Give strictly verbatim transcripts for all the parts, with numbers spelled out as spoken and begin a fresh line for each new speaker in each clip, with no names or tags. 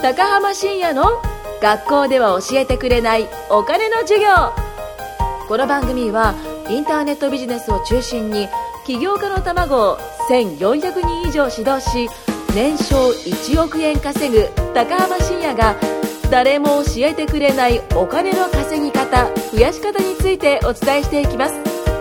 高浜深也の学校では教えてくれないお金の授業。この番組はインターネットビジネスを中心に起業家の卵をせんよんひゃくにん以上指導し、年商いちおくえん稼ぐ高浜深也が誰も教えてくれないお金の稼ぎ方、増やし方についてお伝えしていきます。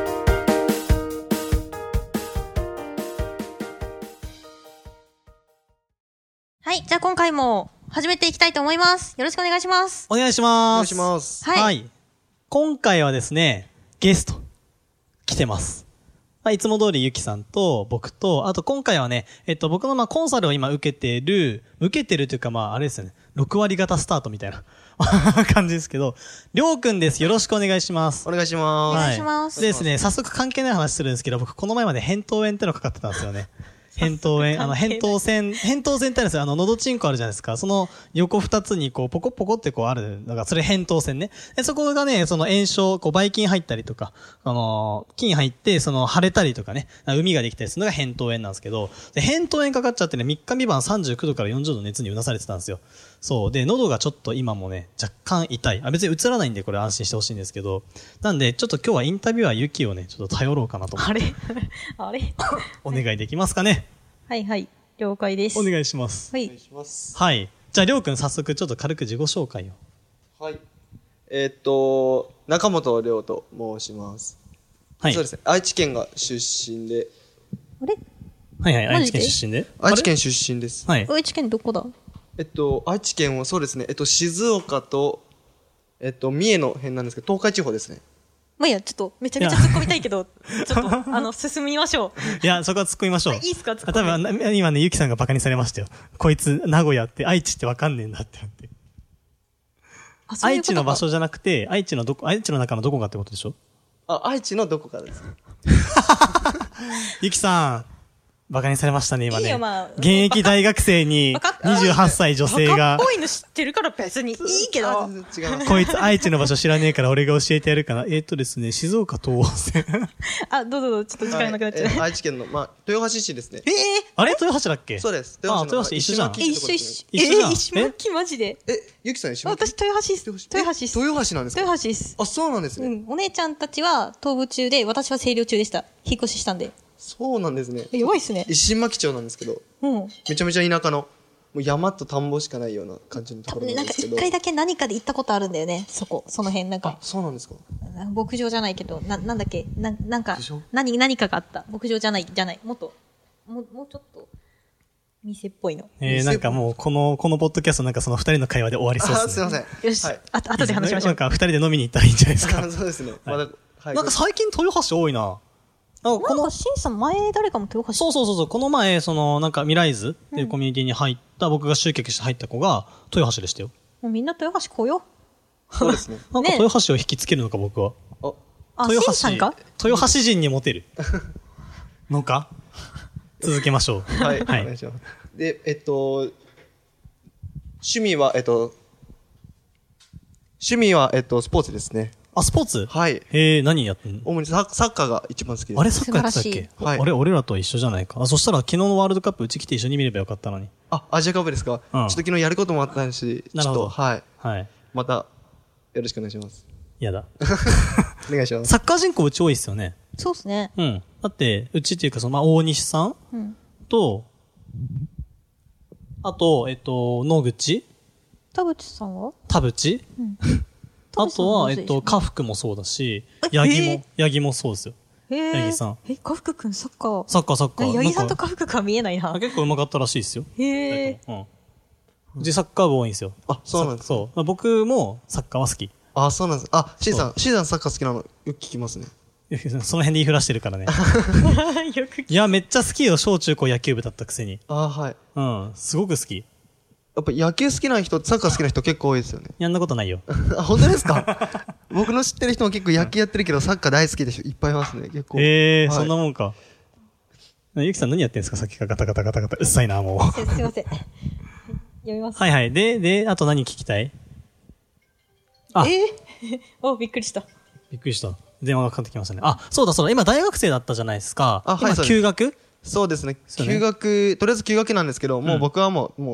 はい、じゃあ今回も始めていきたいと思います。よろしくお願いします。
お願いします。
お願いします。
はい。
はい。今回はですね、ゲスト、来てます。まあ、いつも通りゆきさんと僕と、あと今回はね、えっと僕のまあコンサルを今受けてる、受けてるというかまああれですよね、ろくわり型スタートみたいな感じですけど、りょうくんです。よろしくお願いします。
お願いします。
お願いします。
でですね、早速関係ない話するんですけど、僕この前まで扁桃炎ってのかかってたんですよね。扁桃炎、あの、扁桃腺、扁桃腺ってあるんですよ。あの、喉チンコあるじゃないですか。その横二つにこう、ポコポコってこうあるのが、それ扁桃腺ね。で、そこがね、その炎症、こう、ばい菌入ったりとか、あの、菌入って、その、腫れたりとかね、膿ができたりするのが扁桃炎なんですけど、で、扁桃炎かかっちゃってね、みっかみばんさんじゅうきゅうどからよんじゅうど熱にうなされてたんですよ。そう。で、喉がちょっと今もね、若干痛い。あ、別に映らないんでこれ安心してほしいんですけど、なんで、ちょっと今日はインタビュアーゆきをね、ちょっと頼ろうかなと思って。
あれあれ
お願いできますかね。
はいはい。了解です。
お願いします。
はい。
お願いします。
はい。じゃあ、りょうくん早速ちょっと軽く自己紹介を。
はい。えー、っと、中本亮と申します。
はい。
そうですね。愛知県が出身で。
あれ
はいはい。愛知
マジで
県出身で
愛知県出身です。
はい。
愛知県どこだ？
えっと、愛知県はそうですね。えっと、静岡と、えっと、三重の辺なんですけど、東海地方ですね。
まあ、いや、ちょっと、めちゃめちゃ突っ込みたいけど、ちょっと、あの、進みましょう。
いや、そこは突っ込みましょう。
いいっすか、突っ込み。
多分、な今ね、ゆきさんがバカにされましたよ。こいつ、名古屋って愛知ってわかんねえんだってなって。
あ、そういうことか。
愛知の場所じゃなくて、愛知のどこ、愛知の中のどこかってことでしょ？
あ、愛知のどこかですね。
ゆきさん、バカにされましたね、今ね。
いいよまあ
現役大学生に
バカ
にじゅうはっさい女性
バカ
が
っ、ぽいの知ってるから別にいいけど。
あ全然違います。
こいつ愛知の場所知らねえから俺が教えてやるかな。えーっとですね、静岡東央線。
あ、どうぞどうぞ、ちょっと時間なくなっちゃう。
はいえー愛知県の、まあ、豊橋市ですね。
えー、
あれ豊橋だっけ？
そうです。
あ、豊橋一緒じゃん。
え、一緒一緒。
一緒じゃん
えー、石巻マジで。
え、ゆきさん一緒に
私、豊橋っす。豊橋っす。
豊橋なんですか？
豊橋っす。
あ、そうなんですね。
うん。お姉ちゃんたちは東部中で、私は清涼中でした。引っ越ししたんで。
そうなんですね。
え弱いっすね。
石巻町なんですけど、
うん。
めちゃめちゃ田舎の、もう山と田んぼしかないような感じのところ
多分ね、なんか
なんですけど。
一回だけ何かで行ったことあるんだよね。そこ、その辺、なん
あ
か、。
そうなんですか？
牧場じゃないけど、な、なんだっけ、な、なんか
牧場、
何、何かがあった。牧場じゃない、じゃない。もっと、もう、もうちょっと、店っぽいの。
えー、なんかもう、この、このポッドキャストなんかその二人の会話で終わりそう
あ、
ですね。
すいません。
よし、
はい。
あと、後で話しましょう。
なんか二人で飲みに行ったらいいんじゃないですか。
あそうですね。まだ、はい。
なんか最近豊橋多いな。なんかこの
なんか、、シンさん前誰かも豊橋。
そうそうそうそう、この前、その、なんか未来図っていうコミュニティに入った、僕が集客して入った子が、豊橋でしたよ。
もうみんな豊橋来よ
そうですね。
なんか
ね
豊橋を引きつけるのか、僕は。
あ、
う。あ、
豊
シンさんか
橋、豊橋人にモテる。のか続けましょう。
はい。
はい
お願いします。で、えっと、趣味は、えっと、趣味は、えっと、スポーツですね。
あ、スポーツ
はい。
えー、何やってんの？
主にササッカーが一番好きです。
あれサッカーやってたっ
素晴
け
らしいはい
あれ俺らと一緒じゃないか。あ、そしたら昨日のワールドカップうち来て一緒に見ればよかったのに。
あ、アジアカップですか？
うん
ちょっと昨日やることもあったし、ちょっと、
なるほど
はい。
はい。
また、よろしくお願いします。
やだ。
お願いします。
サッカー人口うち多いっすよね。
そうっすね。
うん。だって、うちっていうかその、まあ、大西さん
うん。
と、あと、えっと、野口
田淵さんは
田淵
うん。
あとは、えっと、
か
家福もそうだし、
え
八木
え
も、八木もそうですよ。
へー
八木さん。
え、かふくくんサッカー。
サッカーサッカー。
八木さんと
なんか
かふくくんは見えないな
あ。結構上手かったらしいですよ。
へえ。
うん。うちサッカー部多いんですよ。
あ、そうなんです。
そう。まあ僕もサッカーは好き。
あ、そうなんです。あ、シーさ、
そ
シーさんサッカー好きなのよく聞きますね。
その辺で言いふらしてるからね。
よく聞
いや、めっちゃ好きよ。小中高野球部だったくせに。
あ、はい。
うん。すごく好き。
やっぱ野球好きな人、サッカー好きな人結構多いですよね。
やんなことないよ。
あ、本当ですか？僕の知ってる人も結構野球やってるけど、サッカー大好きでしょ。いっぱいいますね、結構。
ええー、
はい
そんなもんか。ゆきさん何やってんすかさっきからガタガタガタガタ。うっさいな、もう。
すすいません。読みます。
はいはい。で、で、あと何聞きたい？あ、
えー、お、びっくりした。
びっくりした。電話がかかってきましたね。あ、そうだそうだ。今大学生だったじゃないですか。今
あはいそうです
休学？
そうですね。
そうね
休学、とりあえず休学なんですけど、もう僕はもう、もう、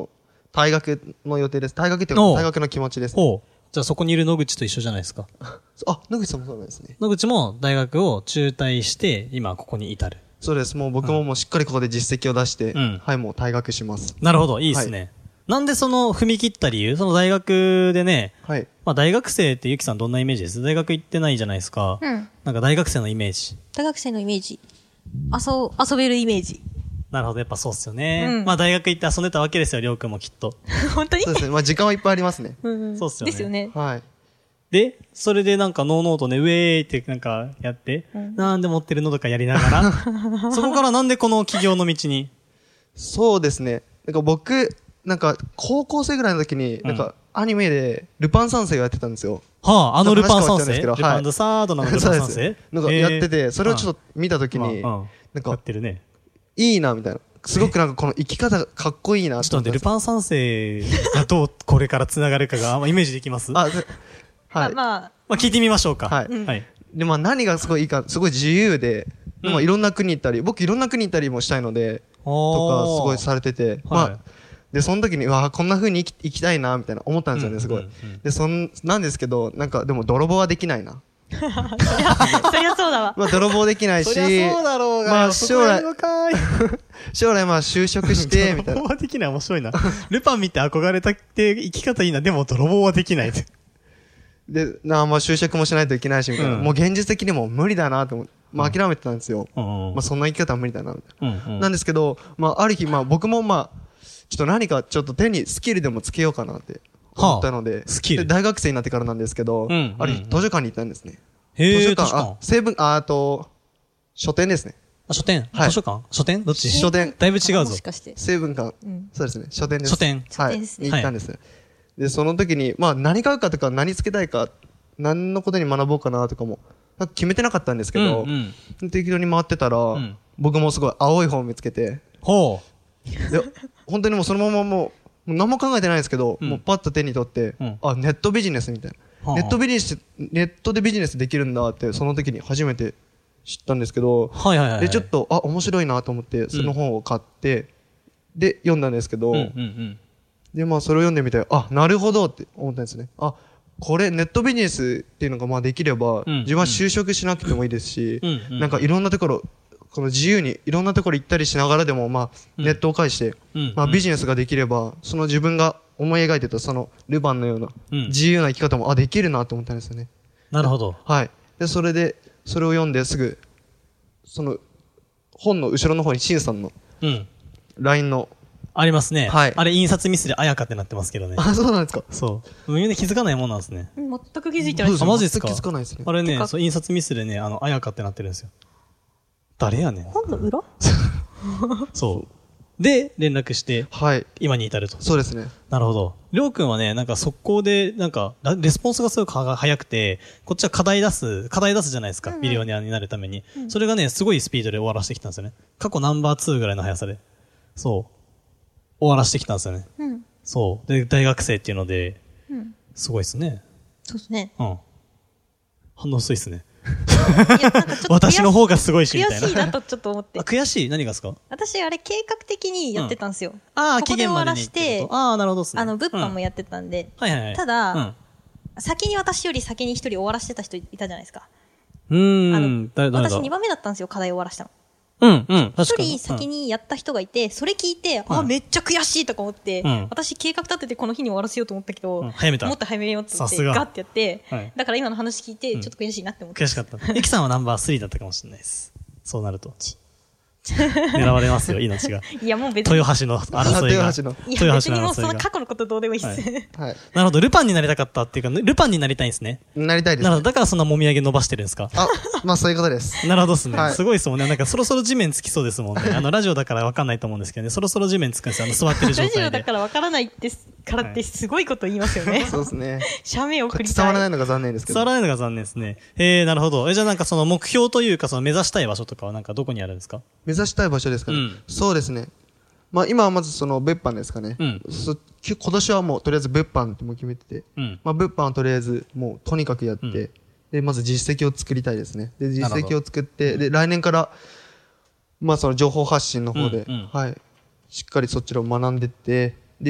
退学の予定です。退学っていうか、
おう
退学の気持ちです。
ほう。じゃあそこにいる野口と一緒じゃないですか。
あ、野口さんもそうなんですね。
野口も大学を中退して、今ここに至る。
そうです。もう僕ももうしっかりここで実績を出して、
うん
はい、もう退学します。
なるほど、いいですね。
はい
なんでその踏み切った理由その大学でね、
はい。
まあ大学生ってゆきさんどんなイメージです？大学行ってないじゃないですか。
うん。
なんか大学生のイメージ。
大学生のイメージ。遊、遊べるイメージ。
なるほど、やっぱそうっすよね。
うん
まあ大学行って遊んでたわけですよ、りょうくんもきっと。
本当に
そうですね。まあ時間はいっぱいありますね。
うんうん。
そうっすよね
ですよね。
はい。
で、それでなんかノーノーとね、ウェーイってなんかやって、
うん
なんで持ってるのとかやりながら、そこからなんでこの起業の道に。
そうですね。なんか僕、なんか高校生ぐらいの時に、なんかアニメでルパン三世をやってたんですよ。
はあ、あのルパン三世
話変わっちゃうんですけど
ルパンドサードのルパン
そう
三世
です。なんかやってて、それをちょっ
と
と見た時に、
うんうん
なんか
やってるね。
いいなみたいな。すごくなんかこの生き方かっこいいな
ちょっと待って、ル
ン
パン三世がどうこれから繋がるかがあんまイメージできます
あ、ではい。
まあ、まあ、
まあ聞いてみましょうか。
はい
うん
はい。
で、まあ何がすごいいいか、すごい自由で、でまあ
うん
いろんな国行ったり、僕いろんな国行ったりもしたいので、とかすごいされてて、ま
はい
あ、で、その時に、うわこんな風に生き生きたいな、みたいな思ったんですよね、すごい
うんうんうん。
で、そん、なんですけど、なんかでも泥棒はできないな。
そりゃそうだわ。
まあ泥棒できないし、
そりゃそうだろうが、
まあ
そこやる
将来
のかーい。
将来まあ就職して、みたいな
泥棒。はできない面白いな。ルパン見て憧れたって生き方いいな。でも泥棒はできないって。
で、なあ、まあ就職もしないといけないし、みたいな。
うん
もう現実的にも無理だなと思って、まあ諦めてたんですよ。
うん
まあそんな生き方は無理だな、みたいな。
うんうん
なんですけど、まあある日、まあ僕もまあ、ちょっと何かちょっと手にスキルでもつけようかなって思ったので、
はあスキル
で大学生になってからなんですけど、
うん
ある日図書館に行ったんですね。
へえ、
図書館、
図書館
あ、。成分、あ、あと、書店ですね。
あ、書店
はい
図書館書店どっち
書店
だいぶ違うぞ
もし。かして。
成分館、
うん
そうですね、書店です。
書店
はい。
書店ですね
に行ったんです。で、その時に、まあ何買うかとか何つけたいか、何のことに学ぼうかなとかも、なんか決めてなかったんですけど、
うんうん
適当に回ってたら、
ん
僕もすごい青い本を見つけて、
ほ
で、本当にもうそのままもう、もう何も考えてないんですけど、
うん
もうパッと手に取って、
うん
あ、ネットビジネスみたいな。
はあ
ネットビジネス、ネットでビジネスできるんだって、その時に初めて知ったんですけど、
う。はいはいはいはい。
で、ちょっと、あ、面白いなと思って、その本を買って、で、読んだんですけど、
うんうんうん。
で、まあ、それを読んでみて、あ、なるほどって思ったんですね。あ、これ、ネットビジネスっていうのが、まあ、できれば、
うん
自分は就職しなくてもいいですし、
うんうん
なんか、いろんなところ、この自由に、いろんなところ行ったりしながらでも、まあ、
うん
ネットを介して、
うん
まあ、ビジネスができれば、その自分が思い描いてた、その、ルパンのような、
うん
自由な生き方も、あ、できるなと思ったんですよね。
なるほど。
はい。で、それで、それを読んですぐ、その、本の後ろの方に、シンさんの
うん。
ライン の、
ありますね。
はい
あれ、印刷ミスであやかってなってますけどね。
あ、そうなんですか。
そう。みんな気づかないもんなんですね。
全く気づいてないです
あマジですか
全く気づかないですね。
あれね、
てか
そう、印刷ミスでね、あの、あやかってなってるんですよ。誰やねん。
本の裏
そう。で、連絡して、
はい。
今に至ると。
そうですね。
なるほど。りょうくんはね、なんか速攻で、なんか、ラレスポンスがすごくは早くて、こっちは課題出す、課題出すじゃないですか。ビデオニアになるために。それがね、すごいスピードで終わらせてきたんですよね。過去ナンバーツーぐらいの速さで。そう。終わらせてきたんですよね。
うん。
そう。で、大学生っていうので、
うん。
すごいですね。
そうですね。
うん。反応薄いですね。
いや、なんかちょっと悔し
私の方がすごいし、みたいな。
悔しいなとちょっと思って
あ、。悔しい何がですか
私、あれ計画的にやってたんですよ。
ああ、
ここで
期限までに
終わらして
ってことああ、なるほどっすね。
あの、物販も
や、
やってたんで。
はいはいはい。
ただ
うん
先に私より先に一人終わらせてた人いたじゃないですか。
うー
あ
ん。
の、
誰誰だ
私にばんめだったんですよ、課題終わらしたの。
うん、うん。確
一
かに。
人先にやった人がいて、それ聞いて、あ、
うん
めっちゃ悔しいとか思って
うん、
私計画立ててこの日に終わらせようと思ったけど
うん、早めた
もっと早めようって思って、
さすが
ガッてやって
はい、
だから今の話聞いて、
うん
ちょっと悔しいなって思って。
悔しかった。ゆきさんはナンバースリーだったかもしれないです。そうなると。狙われますよ、命が。
いや、もう別に。
豊橋の争いが。
豊橋の
いや、別にもう
争いが
その過去のことどうでもいいっす。
はい。
なるほど、ルパンになりたかったっていうか、ルパンになりたいんですね。
なりたいです。
なるほど、だからそんなもみあげ伸ばしてるんですか。
あ、まあそういうことです。
なるほどっすね。
はい
すごいですもんね。なんかそろそろ地面つきそうですもんね。あの、ラジオだからわかんないと思うんですけどね。そろそろ地面つくんですよ。あの、座ってる状
ラジオ
態で。
だからわからないって、からってすごいこと言いますよね。
そうですね。
写メ送
これ
りたい。
伝わらないのが残念ですけど。
伝わらないのが残念ですね。えー、なるほど。え、じゃあなんかその目標というか、その目指したい場所とかはなんかどこにあるんですか？
目指したい場所ですかね。
うん
そうですね。まあ今はまずその物販ですかね。
うん
そき今年はもうとりあえず物販ってもう決めてて、
うん。
まあ物販はとりあえずもうとにかくやって、
うん
で、まず実績を作りたいですね。で、実
なるほど
績を作って、で、来年から、まあその情報発信の方で、
うんうん
はい。しっかりそちらを学んでって、で、いずれ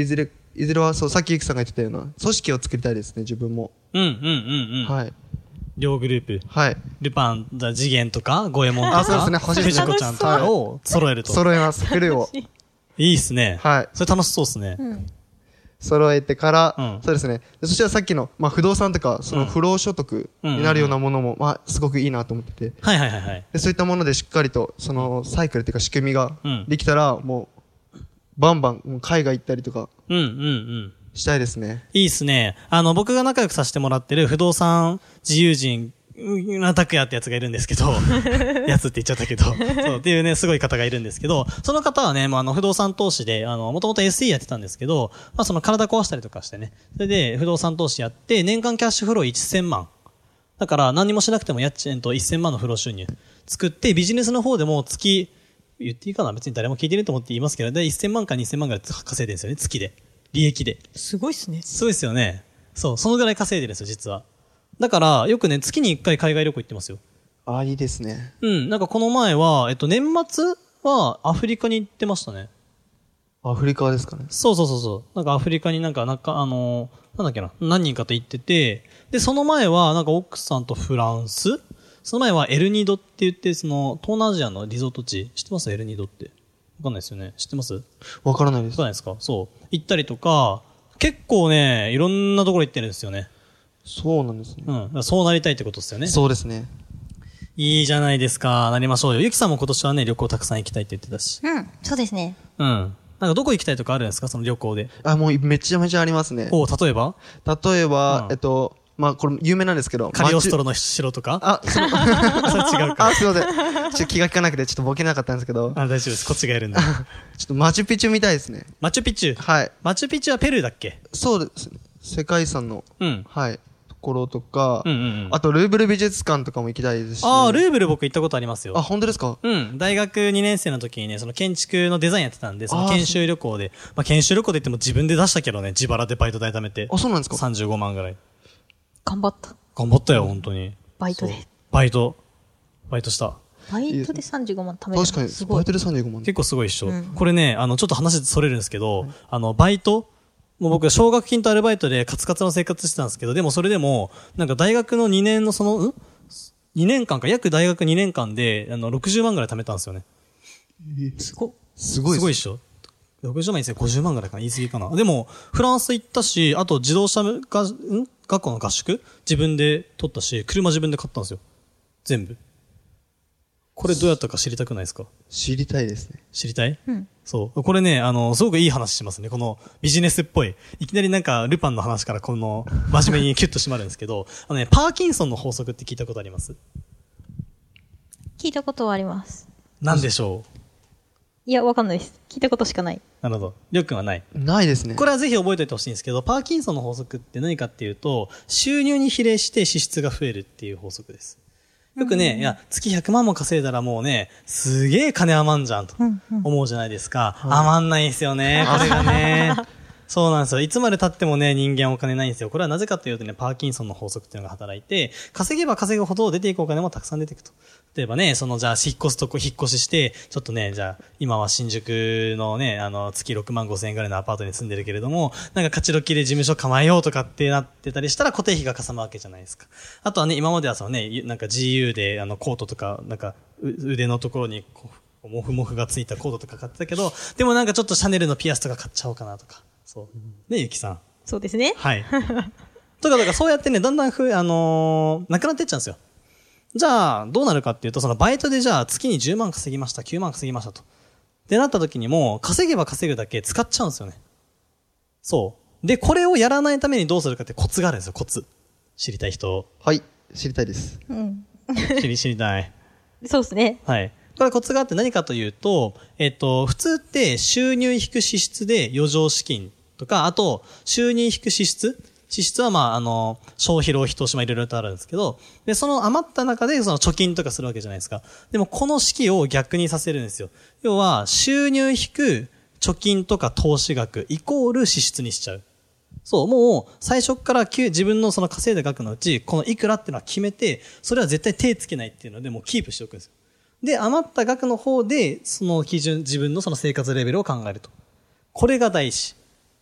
いずれはそう、さっきゆきさんが言ってたような、組織を作りたいですね、自分も。
うんうんうんうん。
はい。
両グループ。
はい。
ルパン、だ次元とか、ゴエモンとか。
あそうですね欲しいですね
藤子ちゃんとかを揃えると。
揃えます、フルを。
いいっすね。
はい。
それ楽しそうっすね。
うん。
揃えてから、
うん
そうですね。でそしたらさっきの、まあ、不動産とか、その不労所得になるようなものも、まあ、すごくいいなと思ってて。
はいはいはいはい。
で、そういったものでしっかりと、その、サイクルっていうか仕組みが
うん
できたら、もう、バンバン、もう海外行ったりとか、
うんうんうん。
したいですね。
いいっすね。あの、僕が仲良くさせてもらってる不動産自由人、なたくやってやつがいるんですけど、やつって言っちゃったけど、そう、っていうね、すごい方がいるんですけど、その方はね、もうあの、不動産投資で、あの、もともと エスイー やってたんですけど、まあその体壊したりとかしてね、それで不動産投資やって、年間キャッシュフローせんまん。だから何にもしなくても家賃とせんまんのフロー収入作って、ビジネスの方でも月、言っていいかな別に誰も聞いてると思って言いますけど、で、せんまんかにせんまんぐらい稼いでるんですよね、月で。利益で。
すごいっすね。
そうですよね。そう、そのぐらい稼いでるんですよ、実は。だから、よくね、月にいっかい海外旅行行ってますよ。
ああ、いいですね。
うん、なんかこの前は、えっと、年末はアフリカに行ってましたね。
アフリカですかね。
そうそうそうそう。なんかアフリカになんか、なんか、あのー、なんだっけな、何人かと行ってて、で、その前は、なんか奥さんとフランスその前はエルニドって言って、その、東南アジアのリゾート地。知ってますエルニドって。わかんないですよね。知ってますわ
わからないです。
かんないですかそう。行ったりとか、結構ね、いろんなところ行ってるんですよね。
そうなんですね。
うん。だからそうなりたいってことですよね。
そうですね。
いいじゃないですか。なりましょうよ。ゆきさんも今年はね、旅行たくさん行きたいって言ってたし。
うん。そうですね。
うん。なんかどこ行きたいとかあるんですかその旅行で。
あ、もうめちゃめちゃありますね。
お例えば
例えば、
うん
えっと、まあ、これ有名なんですけど。
カリオストロ
の。
の城とか
あ、その、
それ違うか。
あ、すいません。ちょっと気が利かなくてちょっとボケなかったんですけど。
あ、大丈夫です。こっちがやるんで。
ちょっとマチュピチュみたいですね。
マチュピチュ。
はい。
マチュピチュはペルーだっけ
そうですね。世界遺産の、
うん。
はい、ところとか、
うんうんうん。
あとルーブル美術館とかも行きたいですし。
あー、ルーブル僕行ったことありますよ。
あ、本当ですか？
うん。大学にねん生の時にね、その建築のデザインやってたんで、その
あー
研修旅行で、まあ研修旅行で言っても自分で出したけどね、自腹でバイト代貯めて。
あ、そうなんですか？
さんじゅうごまんぐらい。
頑張った。
頑張ったよ、本当に。
バイトで
そう。バイト。バイトした。
バイトでさんじゅうごまん貯めるの
確かに、
すごい
バイト。でさんじゅうごまん。
結構すごいっしょ。
うん
これね、あの、ちょっと話それるんですけど、あの、バイトもう僕、奨学金とアルバイトでカツカツの生活してたんですけど、でもそれでも、なんか大学のにねんのその、ん ?に 年間か、約大学にねんかんで、あの、ろくじゅうまんぐらい貯めたんですよね。
すごっ。
すごいっす。
すごいっしょ。ろくじゅうまんですね、ごじゅうまんぐらいかな、言い過ぎかな。でも、フランス行ったし、あと自動車が、ん学校の合宿自分で取ったし、車自分で買ったんですよ。全部。これどうやったか知りたくないですか
知りたいですね。
知りたい
うん。
そう。これね、あの、すごくいい話しますね。このビジネスっぽい。いきなりなんか、ルパンの話からこの、真面目にキュッと締まるんですけど、あのね、パーキンソンの法則って聞いたことあります
聞いたことはあります。
なんでしょう
いや、わかんないです。聞いたことしかない。
なるほど。りょうくんはない。
ないですね。
これはぜひ覚えておいてほしいんですけど、パーキンソンの法則って何かっていうと、収入に比例して支出が増えるっていう法則です。よくね、いや、月ひゃくまんも稼いだらもうね、すげえ金余んじゃんと
うんうん
思うじゃないですか。余んないんですよね、これがね。そうなんですよ。いつまで経ってもね、人間はお金ないんですよ。これはなぜかというとね、パーキンソンの法則っていうのが働いて、稼げば稼ぐほど出ていくお金もたくさん出ていくと。例えばね、そのじゃあ引っ越すとこ引っ越しして、ちょっとね、じゃあ今は新宿のね、あの月ろくまんごせん円ぐらいのアパートに住んでるけれども、なんか勝ち時で事務所構えようとかってなってたりしたら固定費がかさむわけじゃないですか。あとはね、今まではそのね、なんか ジーユー であのコートとか、なんかう腕のところにこうモフモフがついたコートとか買ってたけど、でもなんかちょっとシャネルのピアスとか買っちゃおうかなとか。そう。ね、ゆきさん。
そうですね。
はい。とか、だからそうやってね、だんだんふ、あのーなくなっていっちゃうんですよ。じゃあ、どうなるかっていうと、そのバイトでじゃあ月にじゅうまん稼ぎました、きゅうまん稼ぎましたと。ってなった時にも、稼げば稼ぐだけ使っちゃうんですよね。そう。で、これをやらないためにどうするかってコツがあるんですよ、コツ。知りたい人。
はい。知りたいです。
うん。
知り、知りたい。
そうですね。
はい。これコツがあって何かというと、えっと、普通って収入引く支出で余剰資金とか、あと、収入引く支出支出はまあ、あの、消費浪費投資もいろいろとあるんですけど、で、その余った中でその貯金とかするわけじゃないですか。でもこの式を逆にさせるんですよ。要は、収入引く貯金とか投資額イコール支出にしちゃう。そう、もう、最初から自分のその稼いだ額のうち、このいくらっていうのは決めて、それは絶対手つけないっていうので、もうキープしておくんですよ。で、余った額の方で、その基準、自分のその生活レベルを考えると。これが大事。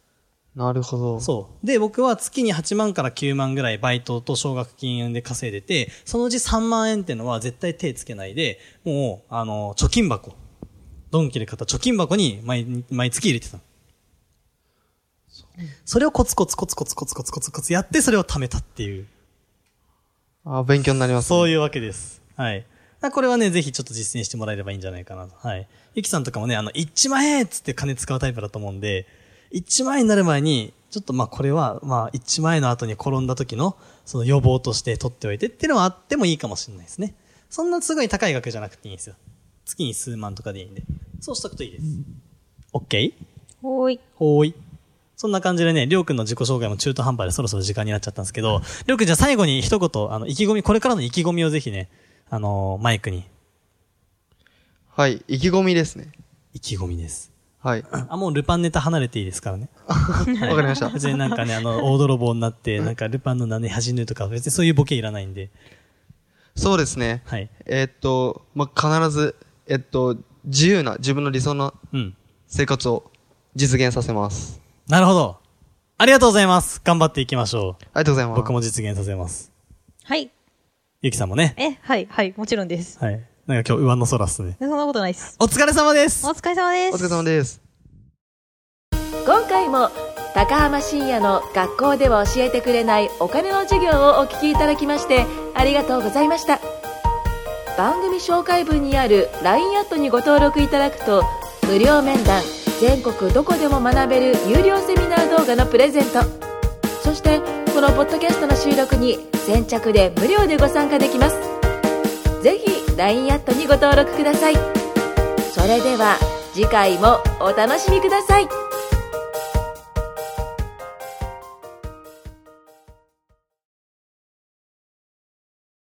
なるほど。
そう。で、僕は月にはちまんからきゅうまんぐらいバイトと奨学金で稼いでて、そのうちさんまんえんってのは絶対手つけないで、もう、あの、貯金箱。ドンキで買った貯金箱に毎、毎月入れてたの。それをコツコツコツコツコツコツコツコツやって、それを貯めたっていう。
あ、勉強になりますね。
そういうわけです。はい。これはね、ぜひちょっと実践してもらえればいいんじゃないかなと。はい。ゆきさんとかもね、あの、いちまん円っつって金使うタイプだと思うんで、いちまん円になる前に、ちょっとまあこれは、まあいちまん円の後に転んだ時の、その予防として取っておいてっていうのはあってもいいかもしれないですね。そんなすごい高い額じゃなくていいんですよ。月に数万とかでいいんで。そうしとくといいです。OK？
ほーい。
ほーい。そんな感じでね、りょうくんの自己紹介も中途半端でそろそろ時間になっちゃったんですけど、りょうくんじゃあ最後に一言、あの、意気込み、これからの意気込みをぜひね、あのー、マイクに。
はい、意気込みですね。
意気込みです。
はい。
あ、もうルパンネタ離れていいですからね。
わかりました。
別になんかね、あの、大泥棒になって、なんかルパンの名ね、恥じぬとか、別にそういうボケいらないんで。
そうですね。
はい。
えーっと、まあ、必ず、えっと、自由な、自分の理想の
うん。
生活を実現させます。
なるほど。ありがとうございます。頑張っていきましょう。
ありがとうございます。
僕も実現させます。
はい。
ゆきさんもね。
え、はい、はい、もちろんです。
はい。なんか今日上の空っすね。
そんなことないです。
お疲れ様です。
お疲れ様です。
お疲れ様です。
今回も高浜深也の学校では教えてくれないお金の授業をお聞きいただきましてありがとうございました。番組紹介文にある ライン アットにご登録いただくと無料面談、全国どこでも学べる有料セミナー動画のプレゼント、そしてこのポッドキャストの収録に先着で無料でご参加できます。ぜひ ライン アットにご登録ください。それでは次回もお楽しみください。